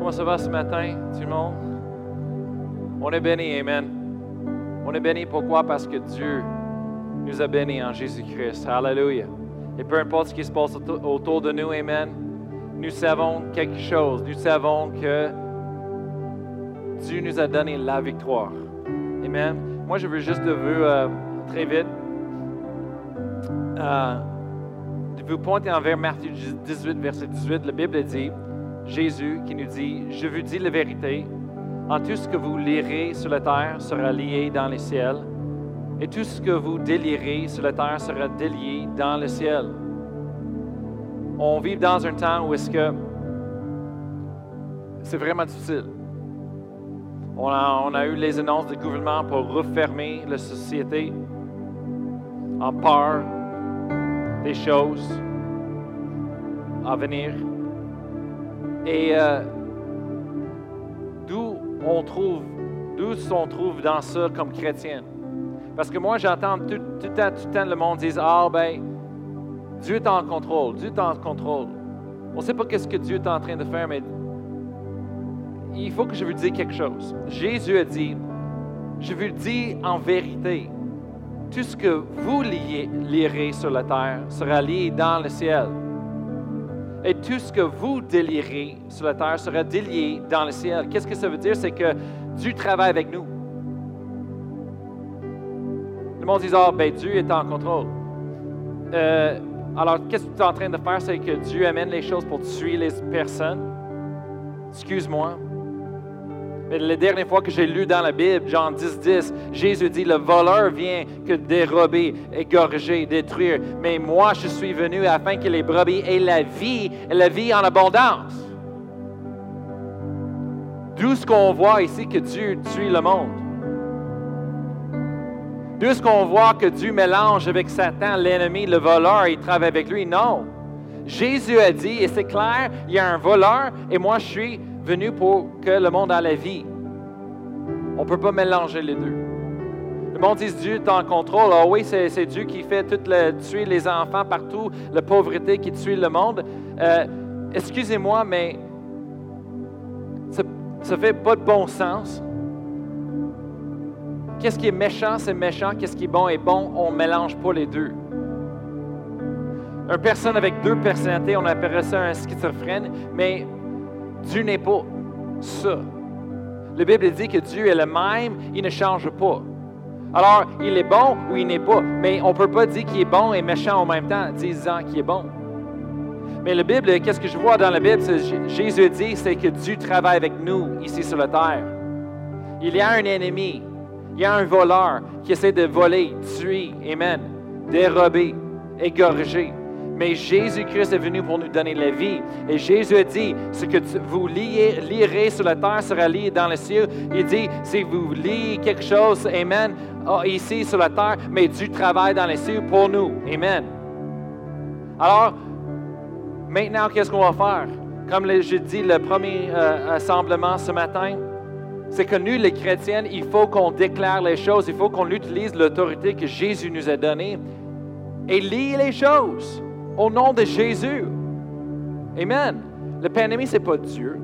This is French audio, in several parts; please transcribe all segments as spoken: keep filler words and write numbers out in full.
Comment ça va ce matin, tout le monde? On est béni, amen. On est béni, pourquoi? Parce que Dieu nous a bénis en Jésus-Christ. Alléluia. Et peu importe ce qui se passe autour de nous, amen, nous savons quelque chose. Nous savons que Dieu nous a donné la victoire. Amen. Moi, je veux juste de vous, euh, très vite, euh, de vous pointer envers Matthieu dix-huit, verset dix-huit. La Bible dit, Jésus qui nous dit, « Je vous dis la vérité, en tout ce que vous lirez sur la terre sera lié dans les ciels, et tout ce que vous délierez sur la terre sera délié dans le ciel. » On vit dans un temps où est-ce que c'est vraiment difficile. On a, on a eu les annonces du gouvernement pour refermer la société en peur des choses à venir. Et euh, d'où on trouve, d'où on trouve dans ça comme chrétien? Parce que moi, j'entends tout, tout, le temps, tout le temps le monde dire, ah ben, Dieu est en contrôle, Dieu est en contrôle. On ne sait pas qu'est-ce que Dieu est en train de faire, mais il faut que je vous dise quelque chose. Jésus a dit, je vous le dis en vérité, tout ce que vous liez, lirez sur la terre sera lié dans le ciel. Et tout ce que vous délirez sur la terre sera délié dans le ciel. Qu'est-ce que ça veut dire? C'est que Dieu travaille avec nous. Le monde dit, ah, ben Dieu est en contrôle. Euh, alors, qu'est-ce que tu es en train de faire? C'est que Dieu amène les choses pour tuer les personnes. Excuse-moi. Mais la dernière fois que j'ai lu dans la Bible, Jean dix, dix, Jésus dit, le voleur vient que dérober, égorger, détruire. Mais moi, je suis venu afin que les brebis aient la vie, et la vie en abondance. D'où ce qu'on voit ici que Dieu tue le monde. D'où ce qu'on voit que Dieu mélange avec Satan, l'ennemi, le voleur, il travaille avec lui. Non. Jésus a dit, et c'est clair, il y a un voleur, et moi, je suis venu pour que le monde ait la vie. On ne peut pas mélanger les deux. Le monde dit Dieu est en contrôle. Ah oui, c'est, c'est Dieu qui fait tout le, tuer les enfants partout, la pauvreté qui tue le monde. Euh, excusez-moi, mais ça ne fait pas de bon sens. Qu'est-ce qui est méchant, c'est méchant. Qu'est-ce qui est bon est bon. On ne mélange pas les deux. Une personne avec deux personnalités, on appellerait ça un schizophrène, mais Dieu n'est pas ça. La Bible dit que Dieu est le même, il ne change pas. Alors, il est bon ou il n'est pas, mais on ne peut pas dire qu'il est bon et méchant en même temps, disant qu'il est bon. Mais la Bible, qu'est-ce que je vois dans la Bible? C'est, Jésus dit, c'est que Dieu travaille avec nous ici sur la terre. Il y a un ennemi, il y a un voleur qui essaie de voler, tuer, amen, dérober, égorger. Mais Jésus-Christ est venu pour nous donner la vie. Et Jésus a dit, ce que vous liez, lirez sur la terre sera lié dans le ciel. Il dit, si vous liez quelque chose, amen, oh, ici sur la terre, mais Dieu travaille dans les cieux pour nous. Amen. Alors, maintenant, qu'est-ce qu'on va faire? Comme j'ai dit, le premier euh, assemblement ce matin, c'est que nous, les chrétiens, il faut qu'on déclare les choses, il faut qu'on utilise l'autorité que Jésus nous a donnée et lie les choses. Au nom de Jésus. Amen. Le ennemi, ce n'est pas Dieu.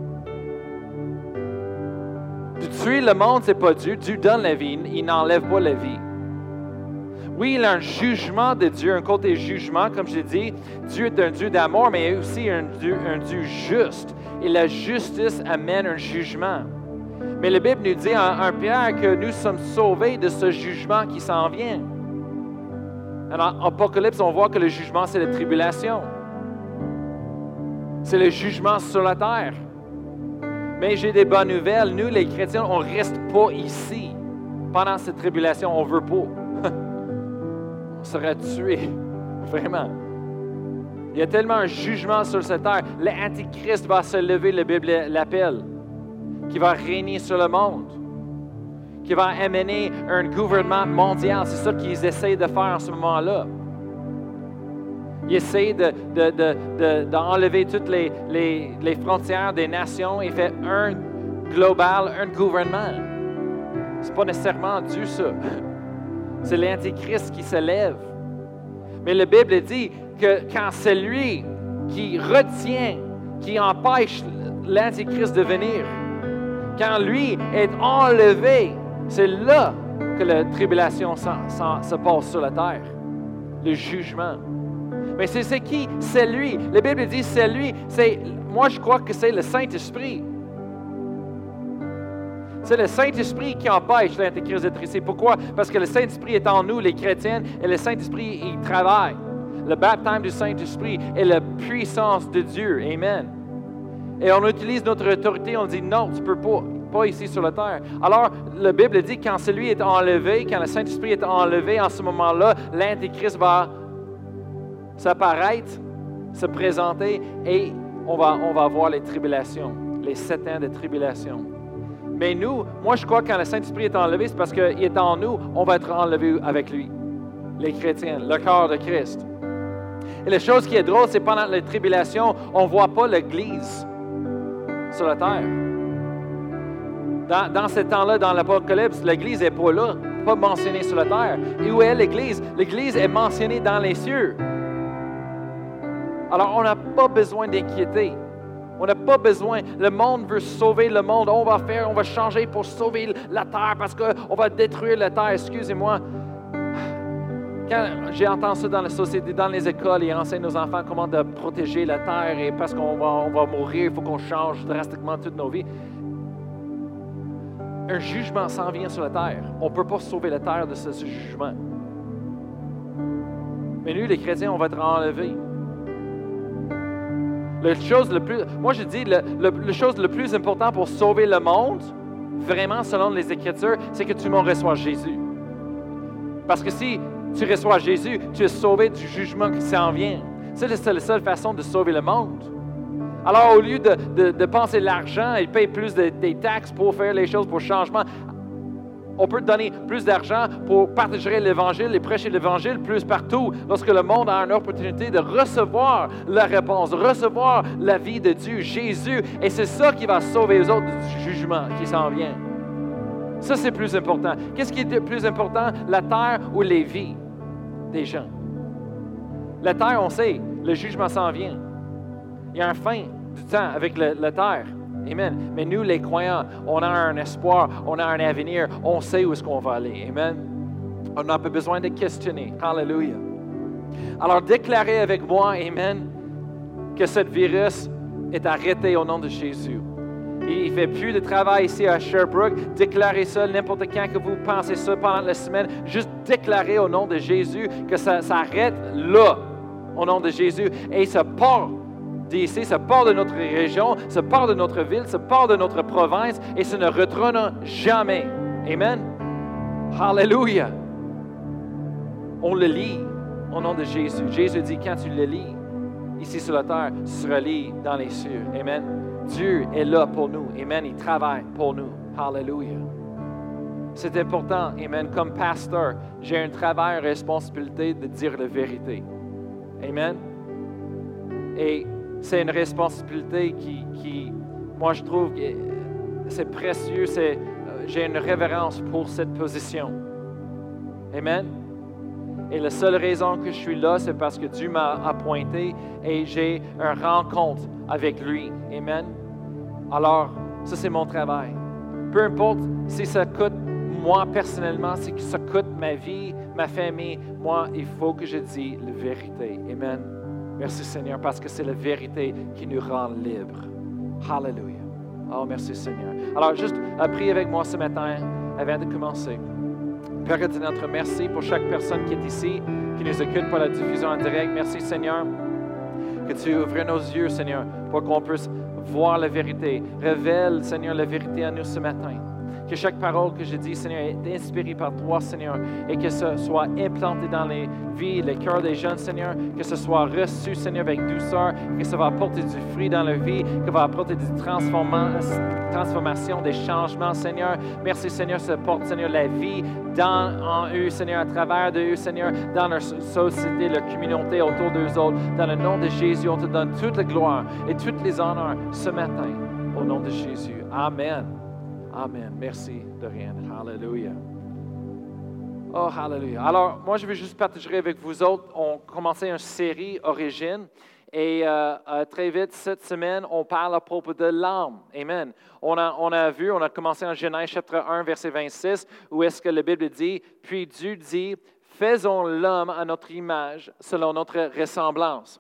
De tuer le monde, ce n'est pas Dieu. Dieu donne la vie, il n'enlève pas la vie. Oui, il y a un jugement de Dieu, un côté jugement, comme je l'ai dit. Dieu est un Dieu d'amour, mais il est aussi un Dieu, un Dieu juste. Et la justice amène un jugement. Mais la Bible nous dit en un Pierre que nous sommes sauvés de ce jugement qui s'en vient. En Apocalypse, on voit que le jugement, c'est la tribulation. C'est le jugement sur la terre. Mais j'ai des bonnes nouvelles. Nous, les chrétiens, on ne reste pas ici pendant cette tribulation. On ne veut pas. On sera tués. Vraiment. Il y a tellement un jugement sur cette terre. L'Antichrist va se lever, la Bible l'appelle, qui va régner sur le monde, qui va amener un gouvernement mondial. C'est ça qu'ils essayent de faire en ce moment-là. Ils essayent de, de, de, de, d'enlever toutes les, les, les frontières des nations et faire un global, un gouvernement. Ce n'est pas nécessairement Dieu, ça. C'est l'Antichrist qui se lève. Mais la Bible dit que quand c'est lui qui retient, qui empêche l'Antichrist de venir. Quand lui est enlevé, c'est là que la tribulation s'en, s'en, se passe sur la terre. Le jugement. Mais c'est, c'est qui? C'est lui. La Bible dit c'est lui. C'est, moi, je crois que c'est le Saint-Esprit. C'est le Saint-Esprit qui empêche l'Antéchrist d'être ici. Pourquoi? Parce que le Saint-Esprit est en nous, les chrétiens, et le Saint-Esprit, il travaille. Le baptême du Saint-Esprit est la puissance de Dieu. Amen. Et on utilise notre autorité, on dit non, tu ne peux pas, pas ici sur la terre. Alors, la Bible dit quand celui est enlevé, quand le Saint-Esprit est enlevé, en ce moment-là, l'Antéchrist va s'apparaître, se présenter, et on va, on va voir les tribulations, les sept ans de tribulation. Mais nous, moi je crois que quand le Saint-Esprit est enlevé, c'est parce qu'il est en nous, on va être enlevé avec lui, les chrétiens, le corps de Christ. Et la chose qui est drôle, c'est pendant la tribulation, on ne voit pas l'Église sur la terre. Dans, dans ce temps-là, dans l'Apocalypse, l'Église n'est pas là, pas mentionnée sur la terre. Et où est l'Église? L'Église est mentionnée dans les cieux. Alors, on n'a pas besoin d'inquiéter. On n'a pas besoin. Le monde veut sauver le monde. On va faire, on va changer pour sauver la terre parce qu'on va détruire la terre. Excusez-moi. Quand j'ai entendu ça dans la société, dans les écoles, ils enseignent aux enfants comment de protéger la terre et parce qu'on va, on va mourir, il faut qu'on change drastiquement toutes nos vies. Un jugement s'en vient sur la terre. On ne peut pas sauver la terre de ce, ce jugement. Mais nous, les chrétiens, on va être enlevés. La chose le plus, moi je dis, le, le, la chose le plus importante pour sauver le monde, vraiment selon les Écritures, c'est que tout le monde reçoit Jésus. Parce que si tu reçois Jésus, tu es sauvé du jugement qui s'en vient. C'est la seule façon de sauver le monde. Alors au lieu de, de, de penser l'argent et payer plus de, des taxes pour faire les choses pour le changement, on peut donner plus d'argent pour partager l'Évangile et prêcher l'Évangile plus partout lorsque le monde a une opportunité de recevoir la réponse, recevoir la vie de Dieu, Jésus. Et c'est ça qui va sauver les autres du jugement qui s'en vient. Ça, c'est plus important. Qu'est-ce qui est le plus important? La terre ou les vies des gens? La terre, on sait, le jugement s'en vient. Il y a un fin du temps avec le, la terre. Amen. Mais nous, les croyants, on a un espoir, on a un avenir, on sait où est-ce qu'on va aller. Amen. On n'a pas besoin de questionner. Hallelujah. Alors, déclarez avec moi, Amen, que ce virus est arrêté au nom de Jésus. Il ne fait plus de travail ici à Sherbrooke. Déclarez ça n'importe quand que vous pensez ça pendant la semaine. Juste déclarez au nom de Jésus que ça s'arrête là, au nom de Jésus. Et ça part d'ici, ça part de notre région, ça part de notre ville, ça part de notre province et ça ne retourne jamais. Amen. Hallelujah. On le lit au nom de Jésus. Jésus dit, quand tu le lis ici sur la terre, tu seras lu dans les cieux. Amen. Dieu est là pour nous. Amen. Il travaille pour nous. Hallelujah. C'est important. Amen. Comme pasteur, j'ai un travail, une responsabilité de dire la vérité. Amen. Et c'est une responsabilité qui, qui, moi, je trouve que c'est précieux. C'est, j'ai une révérence pour cette position. Amen. Et la seule raison que je suis là, c'est parce que Dieu m'a appointé et j'ai une rencontre avec lui. Amen. Alors, ça, c'est mon travail. Peu importe si ça coûte moi personnellement, si ça coûte ma vie, ma famille, moi, il faut que je dise la vérité. Amen. Merci Seigneur, parce que c'est la vérité qui nous rend libres. Hallelujah. Oh, merci Seigneur. Alors, juste euh, priez avec moi ce matin avant de commencer. Père de notre merci pour chaque personne qui est ici, qui nous écoute par la diffusion en direct. Merci Seigneur, que tu ouvres nos yeux, Seigneur, pour qu'on puisse voir la vérité. Révèle, Seigneur, la vérité à nous ce matin. Que chaque parole que je dis, Seigneur, est inspirée par toi, Seigneur, et que ce soit implanté dans les vies, les cœurs des jeunes, Seigneur, que ce soit reçu, Seigneur, avec douceur, que ça va apporter du fruit dans leur vie, que ça va apporter des transformations, des changements, Seigneur. Merci, Seigneur, ça porte, Seigneur, la vie dans en eux, Seigneur, à travers de eux, Seigneur, dans leur société, leur communauté autour d'eux autres. Dans le nom de Jésus, on te donne toute la gloire et toutes les honneurs ce matin, au nom de Jésus. Amen. Amen. Merci de rien. Hallelujah. Oh, hallelujah. Alors, moi, je vais juste partager avec vous autres. On commençait une série Origine Et euh, euh, très vite, cette semaine, on parle à propos de l'âme. Amen. On a, on a vu, on a commencé en Genèse chapitre un, verset vingt-six, où est-ce que la Bible dit, « Puis Dieu dit, faisons l'homme à notre image, selon notre ressemblance. »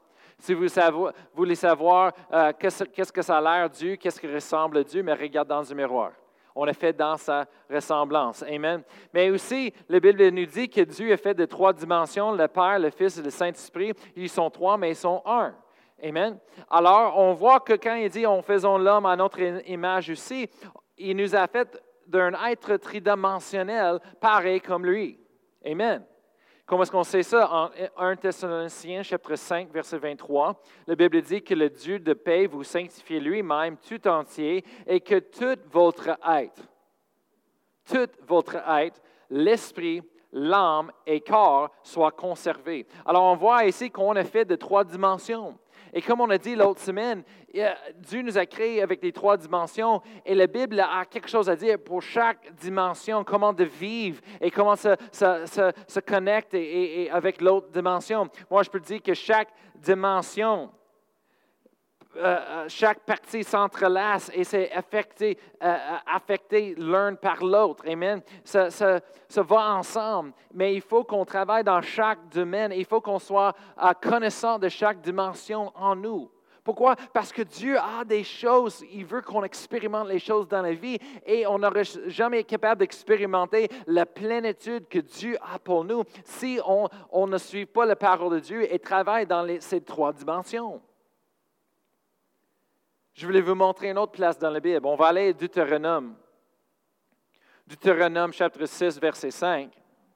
Si vous savez, voulez savoir euh, qu'est-ce, qu'est-ce que ça a l'air Dieu, qu'est-ce qui ressemble à Dieu, mais regarde dans le miroir. On est fait dans sa ressemblance. Amen. Mais aussi, la Bible nous dit que Dieu est fait de trois dimensions, le Père, le Fils et le Saint-Esprit. Ils sont trois, mais ils sont un. Amen. Alors, on voit que quand il dit « on faisons l'homme à notre image aussi », il nous a fait d'un être tridimensionnel pareil comme lui. Amen. Comment est-ce qu'on sait ça? En premier Thessaloniciens, chapitre cinq, verset vingt-trois, la Bible dit que le Dieu de paix vous sanctifie lui-même tout entier et que tout votre être, tout votre être, l'esprit, l'âme et corps soient conservés. Alors, on voit ici qu'on est fait de trois dimensions. Et comme on a dit l'autre semaine, Dieu nous a créés avec les trois dimensions et la Bible a quelque chose à dire pour chaque dimension, comment de vivre et comment se, se, se, se connecter et, et avec l'autre dimension. Moi, je peux dire que chaque dimension, euh, chaque partie s'entrelace et c'est affecté, euh, affecté l'un par l'autre. Amen. Ça, ça, ça va ensemble, mais il faut qu'on travaille dans chaque domaine. Il faut qu'on soit euh, connaissant de chaque dimension en nous. Pourquoi? Parce que Dieu a des choses, il veut qu'on expérimente les choses dans la vie et on n'aurait jamais été capable d'expérimenter la plénitude que Dieu a pour nous si on, on ne suit pas la parole de Dieu et travaille dans les, ces trois dimensions. Je voulais vous montrer une autre place dans la Bible. On va aller à Deutéronome. Deutéronome chapitre six, verset cinq.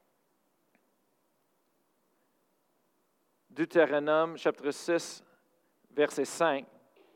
Deutéronome chapitre six, verset cinq.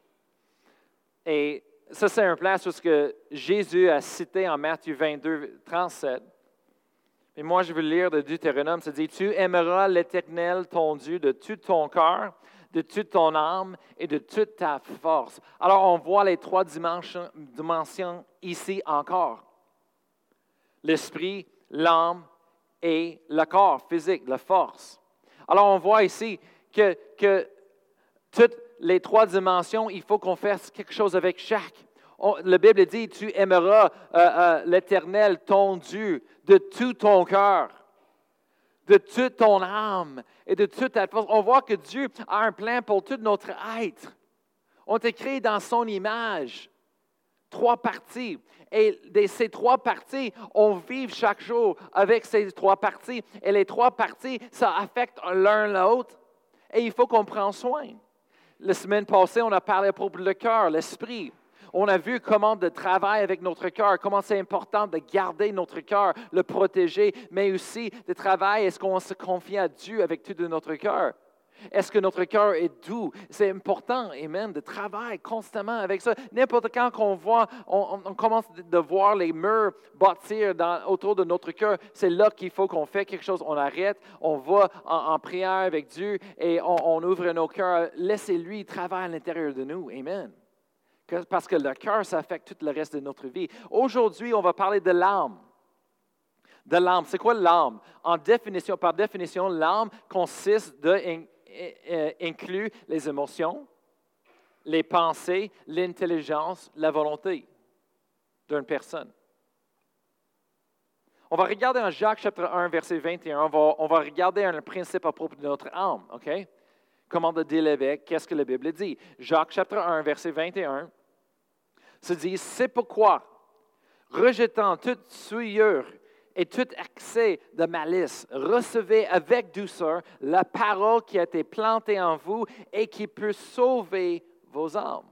Et ça, c'est une place où ce que Jésus a cité en Matthieu vingt-deux, trente-sept. Et moi, je veux lire de Deutéronome. Ça dit, « Tu aimeras l'Éternel, ton Dieu, de tout ton cœur, de toute ton âme et de toute ta force. » Alors, on voit les trois dimensions, dimensions ici encore. L'esprit, l'âme et le corps physique, la force. Alors, on voit ici que, que toutes les trois dimensions, il faut qu'on fasse quelque chose avec chaque. On, la Bible dit, tu aimeras euh, euh, l'Éternel, ton Dieu, de tout ton cœur, de toute ton âme et de toute ta force. On voit que Dieu a un plan pour tout notre être. On est créé dans son image. Trois parties. Et de ces trois parties, on vit chaque jour avec ces trois parties. Et les trois parties, ça affecte l'un l'autre. Et il faut qu'on prenne soin. La semaine passée, on a parlé à propos du cœur, l'esprit. On a vu comment de travailler avec notre cœur, comment c'est important de garder notre cœur, le protéger, mais aussi de travailler, est-ce qu'on se confie à Dieu avec tout de notre cœur? Est-ce que notre cœur est doux? C'est important, amen, de travailler constamment avec ça. N'importe quand qu'on voit, on, on commence de voir les murs bâtir dans, autour de notre cœur, c'est là qu'il faut qu'on fait quelque chose. On arrête, on va en, en prière avec Dieu et on, on ouvre nos cœurs. Laissez-lui travailler à l'intérieur de nous, amen. Parce que le cœur, ça affecte tout le reste de notre vie. Aujourd'hui, on va parler de l'âme. De l'âme. C'est quoi l'âme? En définition, par définition, l'âme consiste d'inclure les émotions, les pensées, l'intelligence, la volonté d'une personne. On va regarder en Jacques chapitre un, verset vingt et un. On va, on va regarder un principe à propos de notre âme. OK? Comment de dealer avec, qu'est-ce que la Bible dit? Jacques chapitre un, verset vingt et un. Se dit, c'est pourquoi, rejetant toute souillure et tout accès de malice, recevez avec douceur la parole qui a été plantée en vous et qui peut sauver vos âmes.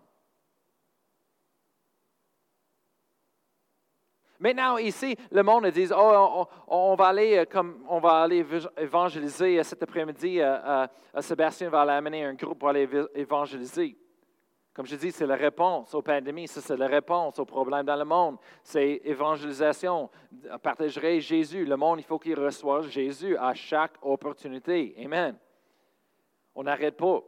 Maintenant, ici, le monde dit, oh, on, on, va aller, comme, on va aller évangéliser cet après-midi. Euh, euh, Sébastien va aller amener un groupe pour aller évangéliser. Comme je dis, c'est la réponse aux pandémies, ça c'est la réponse aux problèmes dans le monde. C'est évangélisation, partagerai Jésus. Le monde, il faut qu'il reçoive Jésus à chaque opportunité. Amen. On n'arrête pas.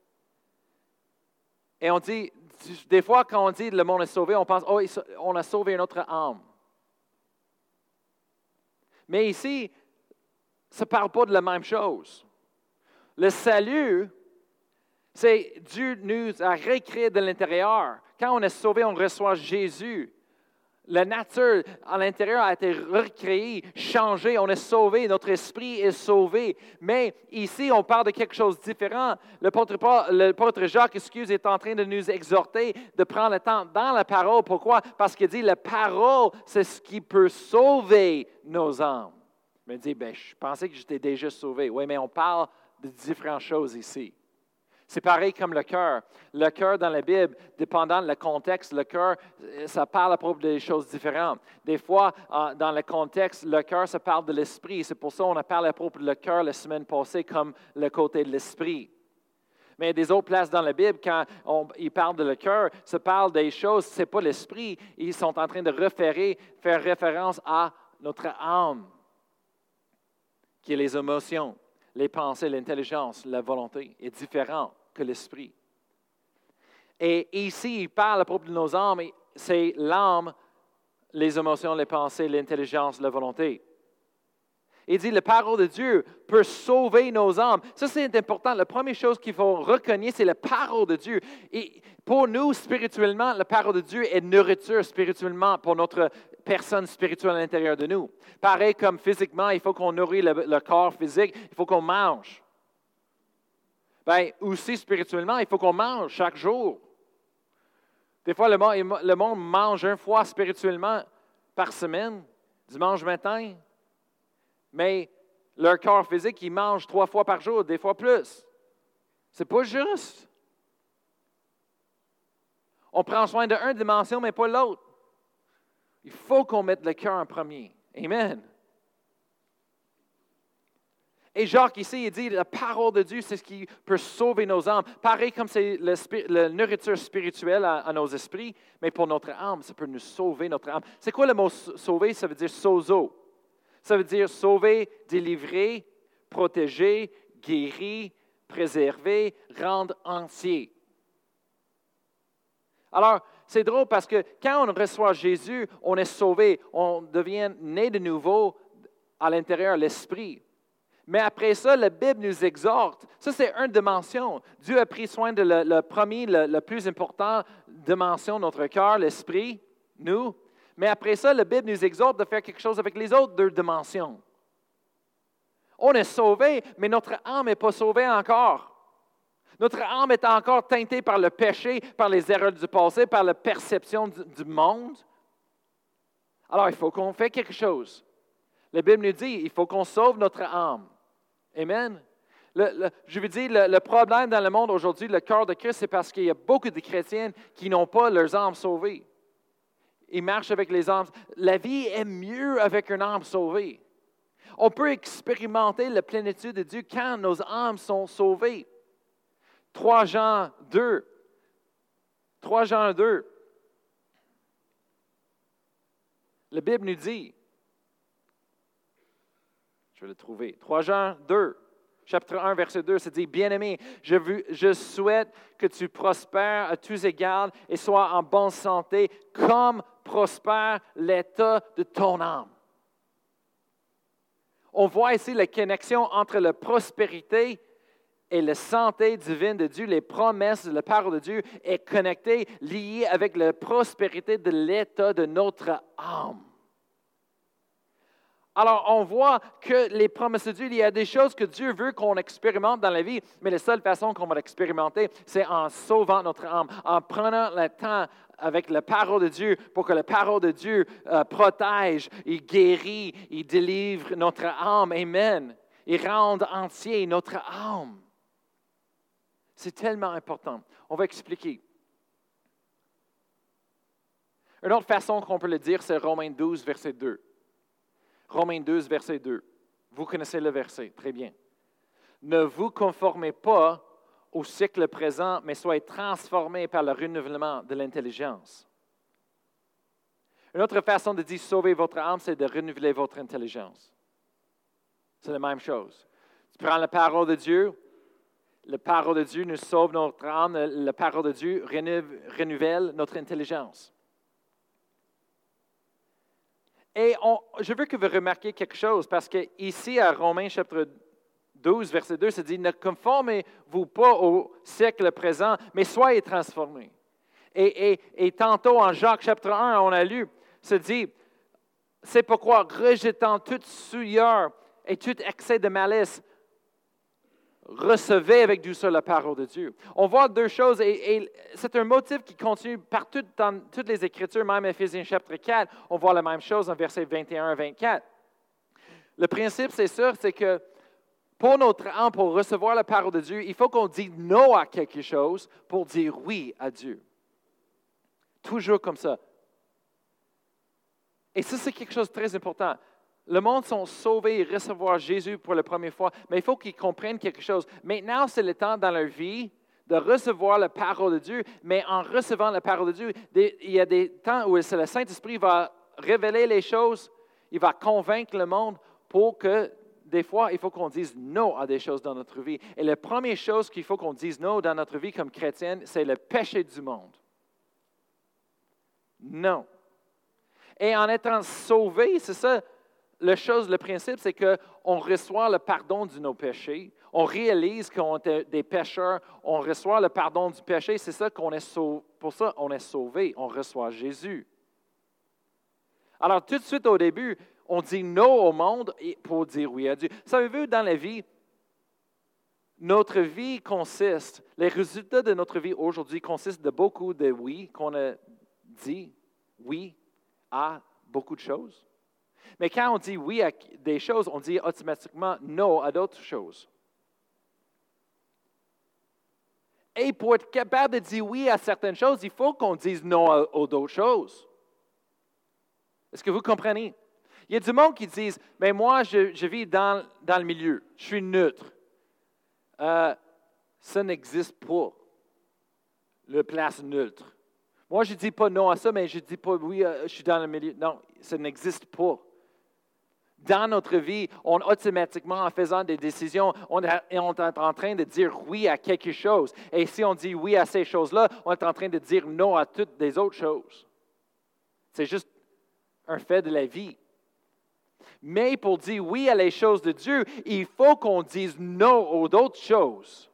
Et on dit, des fois quand on dit le monde est sauvé, on pense, oh, on a sauvé notre âme. Mais ici, ça ne parle pas de la même chose. Le salut, C'est Dieu nous a recréé de l'intérieur. Quand on est sauvé, on reçoit Jésus. La nature à l'intérieur a été recréée, changée. On est sauvé, notre esprit est sauvé. Mais ici, on parle de quelque chose de différent. L'apôtre Paul- l'apôtre Jacques, excuse, est en train de nous exhorter de prendre le temps dans la parole. Pourquoi? Parce qu'il dit la parole, c'est ce qui peut sauver nos âmes. Il me dit, ben, je pensais que j'étais déjà sauvé. Oui, mais on parle de différentes choses ici. C'est pareil comme le cœur. Le cœur dans la Bible, dépendant du contexte, le cœur, ça parle à propos de choses différentes. Des fois, dans le contexte, le cœur, ça parle de l'esprit. C'est pour ça qu'on a parlé à propos de le cœur la semaine passée comme le côté de l'esprit. Mais des autres places dans la Bible, quand on, ils parlent de le cœur, ça parle des choses, ce n'est pas l'esprit. Ils sont en train de référer, faire référence à notre âme, qui est les émotions, les pensées, l'intelligence, la volonté, est différent que l'esprit. Et ici, il parle à propos de nos âmes, c'est l'âme, les émotions, les pensées, l'intelligence, la volonté. Il dit, la parole de Dieu peut sauver nos âmes. Ça, c'est important. La première chose qu'il faut reconnaître, c'est la parole de Dieu. Et pour nous, spirituellement, la parole de Dieu est nourriture spirituellement pour notre personne spirituelle à l'intérieur de nous. Pareil comme physiquement, il faut qu'on nourrit le, le corps physique, il faut qu'on mange. Bien, aussi spirituellement, il faut qu'on mange chaque jour. Des fois, le monde, le monde mange une fois spirituellement par semaine, dimanche matin. Mais leur corps physique, ils mangent trois fois par jour, des fois plus. C'est pas juste. On prend soin d'une dimension, mais pas l'autre. Il faut qu'on mette le cœur en premier. Amen. Et Jacques, ici, il dit, la parole de Dieu, c'est ce qui peut sauver nos âmes. Pareil comme c'est la nourriture spirituelle à, à nos esprits, mais pour notre âme, ça peut nous sauver notre âme. C'est quoi le mot sauver? Ça veut dire sozo. Ça veut dire sauver, délivrer, protéger, guérir, préserver, rendre entier. Alors, c'est drôle parce que quand on reçoit Jésus, on est sauvé, on devient né de nouveau à l'intérieur, l'esprit. Mais après ça, la Bible nous exhorte. Ça, c'est une dimension. Dieu a pris soin de le, le premier, le, le plus important dimension de notre cœur, l'esprit, nous. Mais après ça, la Bible nous exhorte de faire quelque chose avec les autres deux dimensions. On est sauvé, mais notre âme n'est pas sauvée encore. Notre âme est encore teintée par le péché, par les erreurs du passé, par la perception du, du monde. Alors, il faut qu'on fasse quelque chose. La Bible nous dit, il faut qu'on sauve notre âme. Amen. Le, le, je veux dire, le, le problème dans le monde aujourd'hui, le cœur de Christ, c'est parce qu'il y a beaucoup de chrétiens qui n'ont pas leurs âmes sauvées. Ils marchent avec les âmes. La vie est mieux avec une âme sauvée. On peut expérimenter la plénitude de Dieu quand nos âmes sont sauvées. trois Jean deux. trois Jean deux. La Bible nous dit, je vais le trouver, trois Jean deux, chapitre un, verset deux, ça dit, « Bien-aimé, je, veux, je souhaite que tu prospères à tous égards et sois en bonne santé, comme prospère l'état de ton âme. » On voit ici la connexion entre la prospérité et la santé divine de Dieu. Les promesses de la parole de Dieu est connectée, liée avec la prospérité de l'état de notre âme. Alors, on voit que les promesses de Dieu, il y a des choses que Dieu veut qu'on expérimente dans la vie, mais la seule façon qu'on va l'expérimenter, c'est en sauvant notre âme, en prenant le temps avec la parole de Dieu pour que la parole de Dieu euh, protège, il guérit, il délivre notre âme. Amen. Il rend entier notre âme. C'est tellement important. On va expliquer. Une autre façon qu'on peut le dire, c'est Romains douze, verset deux. Romains douze, verset deux. Vous connaissez le verset, très bien. Ne vous conformez pas au siècle présent, mais soyez transformés par le renouvellement de l'intelligence. Une autre façon de dire sauver votre âme, c'est de renouveler votre intelligence. C'est la même chose. Tu prends la parole de Dieu, la parole de Dieu nous sauve notre âme, la parole de Dieu renouvelle notre intelligence. Et on, je veux que vous remarquiez quelque chose, parce qu'ici, à Romains chapitre douze, verset deux, ça dit, « Ne conformez-vous pas au siècle présent, mais soyez transformés. » Et, et, et tantôt, en Jacques chapitre un, on a lu, ça dit, « C'est pourquoi, rejetant toute souillure et tout excès de malice, recevez avec douceur la parole de Dieu. » On voit deux choses, et, et c'est un motif qui continue partout dans toutes les Écritures, même Éphésiens chapitre quatre, on voit la même chose en versets vingt et un à vingt-quatre. Le principe, c'est sûr, c'est que pour notre âme, pour recevoir la parole de Dieu, il faut qu'on dise non à quelque chose pour dire oui à Dieu. Toujours comme ça. Et ça, c'est quelque chose de très important. Le monde sont sauvés et recevoir Jésus pour la première fois, mais il faut qu'ils comprennent quelque chose. Maintenant, c'est le temps dans leur vie de recevoir la parole de Dieu, mais en recevant la parole de Dieu, il y a des temps où le Saint-Esprit va révéler les choses, il va convaincre le monde pour que, des fois, il faut qu'on dise non à des choses dans notre vie. Et la première chose qu'il faut qu'on dise non dans notre vie comme chrétienne, c'est le péché du monde. Non. Et en étant sauvé, c'est ça, la chose, le principe, c'est qu'on reçoit le pardon de nos péchés. On réalise qu'on est des pécheurs. On reçoit le pardon du péché. C'est ça qu'on est sauvé. Pour ça, on est sauvé. On reçoit Jésus. Alors, tout de suite au début, on dit non au monde pour dire oui à Dieu. Savez-vous, dans la vie, notre vie consiste, les résultats de notre vie aujourd'hui consistent de beaucoup de oui, qu'on a dit oui à beaucoup de choses. Mais quand on dit oui à des choses, on dit automatiquement non à d'autres choses. Et pour être capable de dire oui à certaines choses, il faut qu'on dise non à, aux d'autres choses. Est-ce que vous comprenez? Il y a du monde qui disent, mais moi, je, je vis dans, dans le milieu, je suis neutre. Euh, ça n'existe pas, le place neutre. Moi, je ne dis pas non à ça, mais je ne dis pas oui, euh, je suis dans le milieu. Non, ça n'existe pas. Dans notre vie, on automatiquement, en faisant des décisions, on est en train de dire oui à quelque chose. Et si on dit oui à ces choses-là, on est en train de dire non à toutes les autres choses. C'est juste un fait de la vie. Mais pour dire oui à les choses de Dieu, il faut qu'on dise non aux autres choses.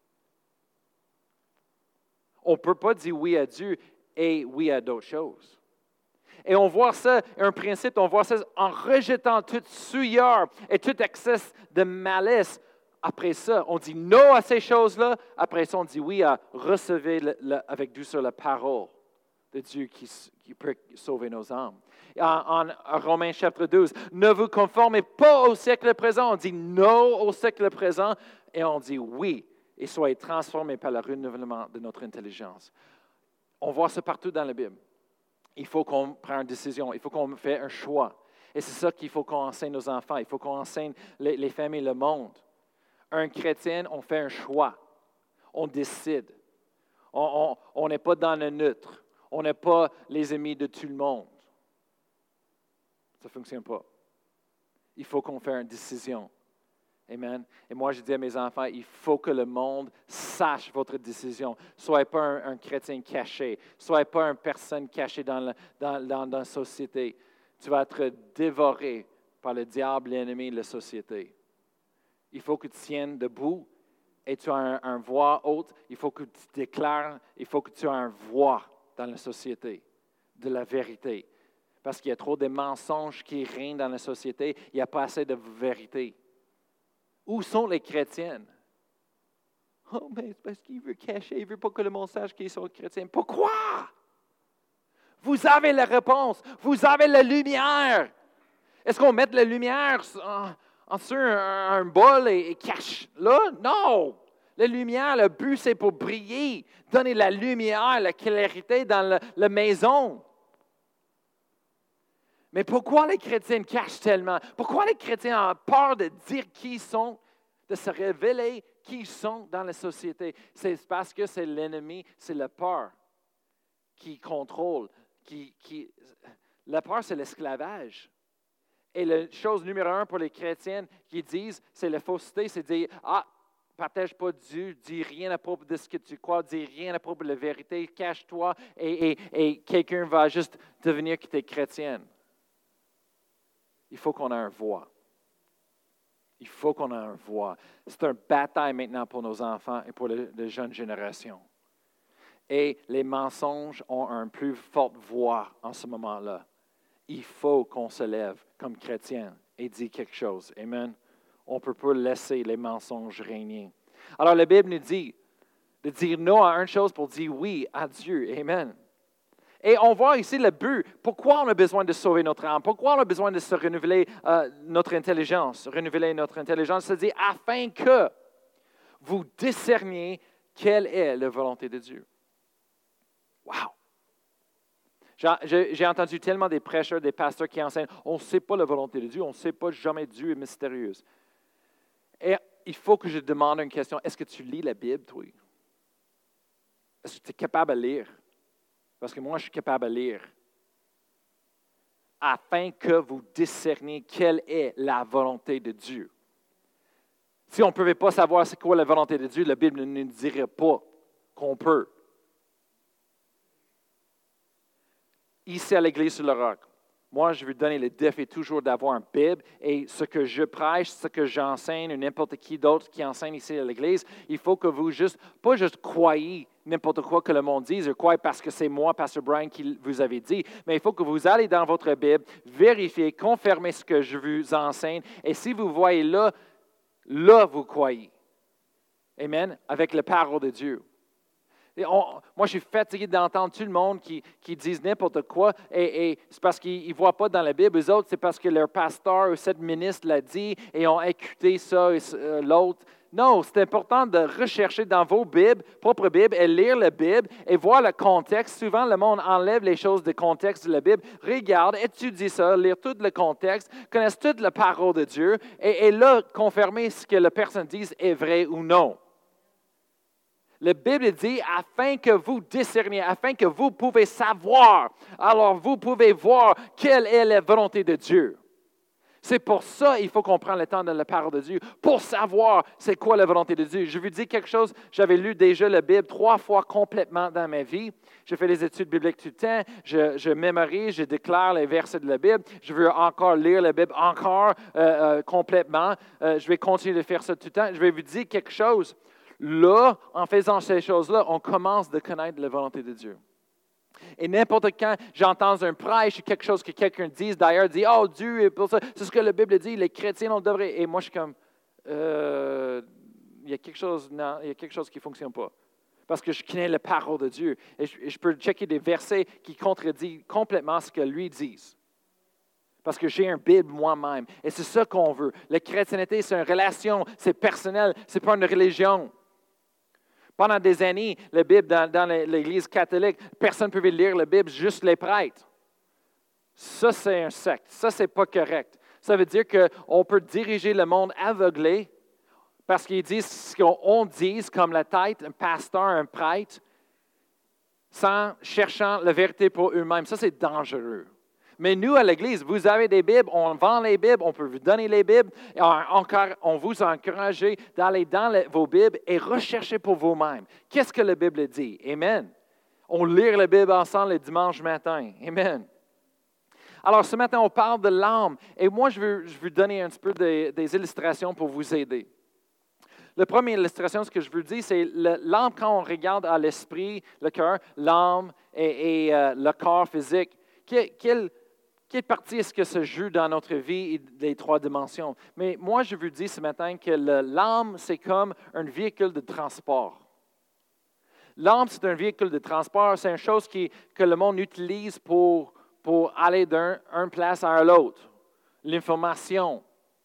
On ne peut pas dire oui à Dieu et oui à d'autres choses. Et on voit ça, un principe, on voit ça en rejetant toute souillure et tout excès de malice. Après ça, on dit non à ces choses-là. Après ça, on dit oui à recevoir le, le, avec douceur la parole de Dieu qui, qui peut sauver nos âmes. En, en Romains chapitre douze, ne vous conformez pas au siècle présent. On dit non au siècle présent et on dit oui et soyez transformés par le renouvellement de notre intelligence. On voit ça partout dans la Bible. Il faut qu'on prenne une décision, il faut qu'on fasse un choix. Et c'est ça qu'il faut qu'on enseigne nos enfants, il faut qu'on enseigne les, les familles, le monde. Un chrétien, on fait un choix, on décide. On n'est pas dans le neutre, on n'est pas les amis de tout le monde. Ça ne fonctionne pas. Il faut qu'on fasse une décision. Amen. Et moi, je dis à mes enfants, il faut que le monde sache votre décision. Soyez pas un, un chrétien caché. Soyez pas une personne cachée dans, le, dans, dans, dans la société. Tu vas être dévoré par le diable, l'ennemi de la société. Il faut que tu tiennes debout et tu as un, un voix haute. Il faut que tu déclares, il faut que tu aies un voix dans la société de la vérité. Parce qu'il y a trop de mensonges qui règnent dans la société. Il n'y a pas assez de vérité. Où sont les chrétiennes? Oh, mais c'est parce qu'il veut cacher, il ne veut pas que le monde sache qu'ils sont chrétiens. Pourquoi? Vous avez la réponse, vous avez la lumière. Est-ce qu'on met la lumière en, en sur un, un bol et, et cache là? Non! La lumière, le but, c'est pour briller, donner la lumière, la clarté dans la, la maison. Mais pourquoi les chrétiens cachent tellement? Pourquoi les chrétiens ont peur de dire qui ils sont, de se révéler qui ils sont dans la société? C'est parce que c'est l'ennemi, c'est la peur qui contrôle. Qui, qui, la peur, c'est l'esclavage. Et la chose numéro un pour les chrétiens qui disent, c'est la fausseté, c'est dire, ah, partage pas Dieu, dis rien à propos de ce que tu crois, dis rien à propos de la vérité, cache-toi et, et, et quelqu'un va juste devenir que tu es chrétienne. Il faut qu'on ait un voix. Il faut qu'on ait une voix. C'est une bataille maintenant pour nos enfants et pour les, les jeunes générations. Et les mensonges ont une plus forte voix en ce moment-là. Il faut qu'on se lève comme chrétien et dire quelque chose. Amen. On ne peut pas laisser les mensonges régner. Alors la Bible nous dit de dire non à une chose pour dire oui à Dieu. Amen. Et on voit ici le but. Pourquoi on a besoin de sauver notre âme? Pourquoi on a besoin de se renouveler euh, notre intelligence? Renouveler notre intelligence, c'est-à-dire afin que vous discerniez quelle est la volonté de Dieu. Wow! J'ai, j'ai entendu tellement des prêcheurs, des pasteurs qui enseignent, on ne sait pas la volonté de Dieu, on ne sait pas jamais Dieu est mystérieux. Et il faut que je demande une question. Est-ce que tu lis la Bible, toi? Est-ce que tu es capable de lire? Parce que moi, je suis capable de lire. Afin que vous discerniez quelle est la volonté de Dieu. Si on ne pouvait pas savoir c'est quoi la volonté de Dieu, la Bible ne nous dirait pas qu'on peut. Ici à l'Église sur le roc, moi, je veux donner le défi toujours d'avoir une Bible et ce que je prêche, ce que j'enseigne, ou n'importe qui d'autre qui enseigne ici à l'Église, il faut que vous juste, pas juste croyez n'importe quoi que le monde dise, ou croyez parce que c'est moi, Pasteur Brian, qui vous avez dit, mais il faut que vous allez dans votre Bible, vérifiez, confirmez ce que je vous enseigne, et si vous voyez là, là, vous croyez. Amen, avec la parole de Dieu. Et on, moi, je suis fatigué d'entendre tout le monde qui, qui disent n'importe quoi, et, et c'est parce qu'ils ne voient pas dans la Bible. Les autres, c'est parce que leur pasteur ou cette ministre l'a dit, et ont écouté ça et euh, l'autre. Non, c'est important de rechercher dans vos Bibles, propres Bibles, et lire la Bible, et voir le contexte. Souvent, le monde enlève les choses du contexte de la Bible. Regarde, étudie ça, lire tout le contexte, connaisse toute la parole de Dieu, et, et là, confirmer ce que la personne dit est vrai ou non. La Bible dit, afin que vous discerniez, afin que vous pouvez savoir, alors vous pouvez voir quelle est la volonté de Dieu. C'est pour ça qu'il faut qu'on prenne le temps de la parole de Dieu, pour savoir c'est quoi la volonté de Dieu. Je vous dis quelque chose, j'avais lu déjà la Bible trois fois complètement dans ma vie. Je fais des études bibliques tout le temps, je, je mémorise, je déclare les versets de la Bible. Je veux encore lire la Bible encore euh, euh, complètement. Euh, je vais continuer de faire ça tout le temps. Je vais vous dire quelque chose. Là, en faisant ces choses-là, on commence de connaître la volonté de Dieu. Et n'importe quand j'entends un prêche ou quelque chose que quelqu'un dise, d'ailleurs, dit, oh, Dieu est pour ça. C'est ce que la Bible dit, les chrétiens, on devrait. Et moi, je suis comme, euh, il y a quelque chose, non, il y a quelque chose qui ne fonctionne pas. Parce que je connais la parole de Dieu. Et je, et je peux checker des versets qui contredisent complètement ce que lui dit. Parce que j'ai un Bible moi-même. Et c'est ça qu'on veut. La chrétienté, c'est une relation, c'est personnel, ce n'est pas une religion. Pendant des années, la Bible, dans, dans l'Église catholique, personne ne pouvait lire la Bible, juste les prêtres. Ça, c'est un secte. Ça, ce n'est pas correct. Ça veut dire qu'on peut diriger le monde aveuglé parce qu'ils disent ce qu'on dit comme la tête, un pasteur, un prêtre, sans cherchant la vérité pour eux-mêmes. Ça, c'est dangereux. Mais nous, à l'Église, vous avez des Bibles, on vend les Bibles, on peut vous donner les Bibles. Et on, on vous a encouragé d'aller dans les, vos Bibles et rechercher pour vous-même. Qu'est-ce que la Bible dit? Amen. On lit la Bible ensemble le dimanche matin. Amen. Alors, ce matin, on parle de l'âme. Et moi, je veux, je veux donner un petit peu des, des illustrations pour vous aider. La première illustration, ce que je veux dire, c'est le, l'âme, quand on regarde à l'esprit, le cœur, l'âme et, et euh, le corps physique. Quel, quel Quelle partie est-ce que se joue dans notre vie et les trois dimensions? Mais moi, je veux dire ce matin que le, l'âme, c'est comme un véhicule de transport. L'âme, c'est un véhicule de transport. C'est une chose qui, que le monde utilise pour, pour aller d'un un place à l'autre. L'information.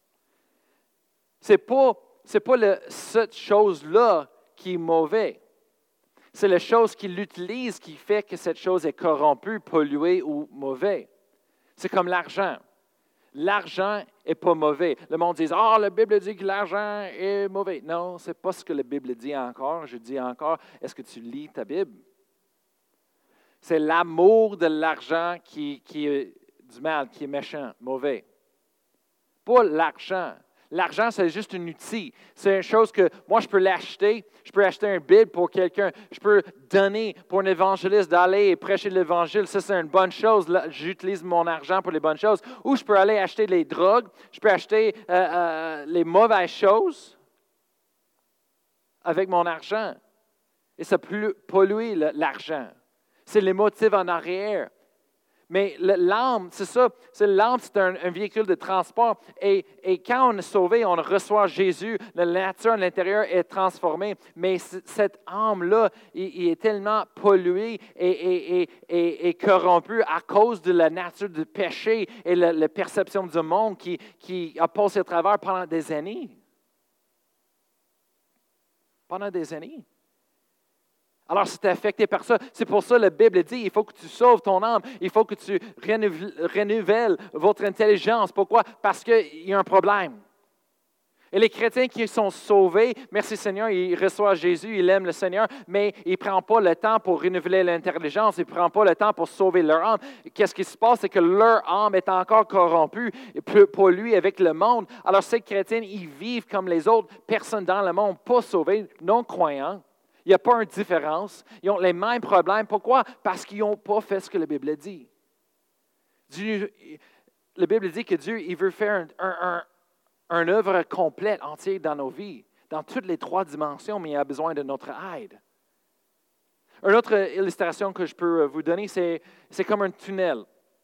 Ce n'est pas, c'est pas le, cette chose-là qui est mauvaise. C'est la chose qui l'utilise qui fait que cette chose est corrompue, polluée ou mauvaise. C'est comme l'argent. L'argent n'est pas mauvais. Le monde dit, ah, oh, la Bible dit que l'argent est mauvais. Non, ce n'est pas ce que la Bible dit encore. Je dis encore, est-ce que tu lis ta Bible? C'est l'amour de l'argent qui, qui est du mal, qui est méchant, mauvais. Pas l'argent. L'argent, c'est juste un outil. C'est une chose que moi, je peux l'acheter. Je peux acheter un Bible pour quelqu'un. Je peux donner pour un évangéliste d'aller et prêcher l'Évangile. Ça, c'est une bonne chose. Là, j'utilise mon argent pour les bonnes choses. Ou je peux aller acheter les drogues. Je peux acheter euh, euh, les mauvaises choses avec mon argent. Et ça pollue l'argent. C'est les motifs en arrière. Mais l'âme, c'est ça, c'est l'âme, c'est un, un véhicule de transport. Et, et quand on est sauvé, on reçoit Jésus, la nature à l'intérieur est transformée. Mais cette âme-là, il, il est tellement pollué et, et, et, et, et corrompu à cause de la nature du péché et la, la perception du monde qui, qui a passé à travers pendant des années. Pendant des années. Alors, c'est affecté par ça. C'est pour ça que la Bible dit, il faut que tu sauves ton âme. Il faut que tu renouvelles votre intelligence. Pourquoi? Parce qu'il y a un problème. Et les chrétiens qui sont sauvés, merci Seigneur, ils reçoivent Jésus, ils aiment le Seigneur, mais ils ne prennent pas le temps pour renouveler l'intelligence, ils ne prennent pas le temps pour sauver leur âme. Qu'est-ce qui se passe? C'est que leur âme est encore corrompue, polluée avec le monde. Alors, ces chrétiens, ils vivent comme les autres personnes dans le monde, pas sauvées, non croyants. Il n'y a pas une différence. Ils ont les mêmes problèmes. Pourquoi? Parce qu'ils n'ont pas fait ce que la Bible dit. Dieu, la Bible dit que Dieu il veut faire un, un, un, une œuvre complète, entière dans nos vies, dans toutes les trois dimensions, mais il a besoin de notre aide. Une autre illustration que je peux vous donner, c'est, c'est comme un tunnel.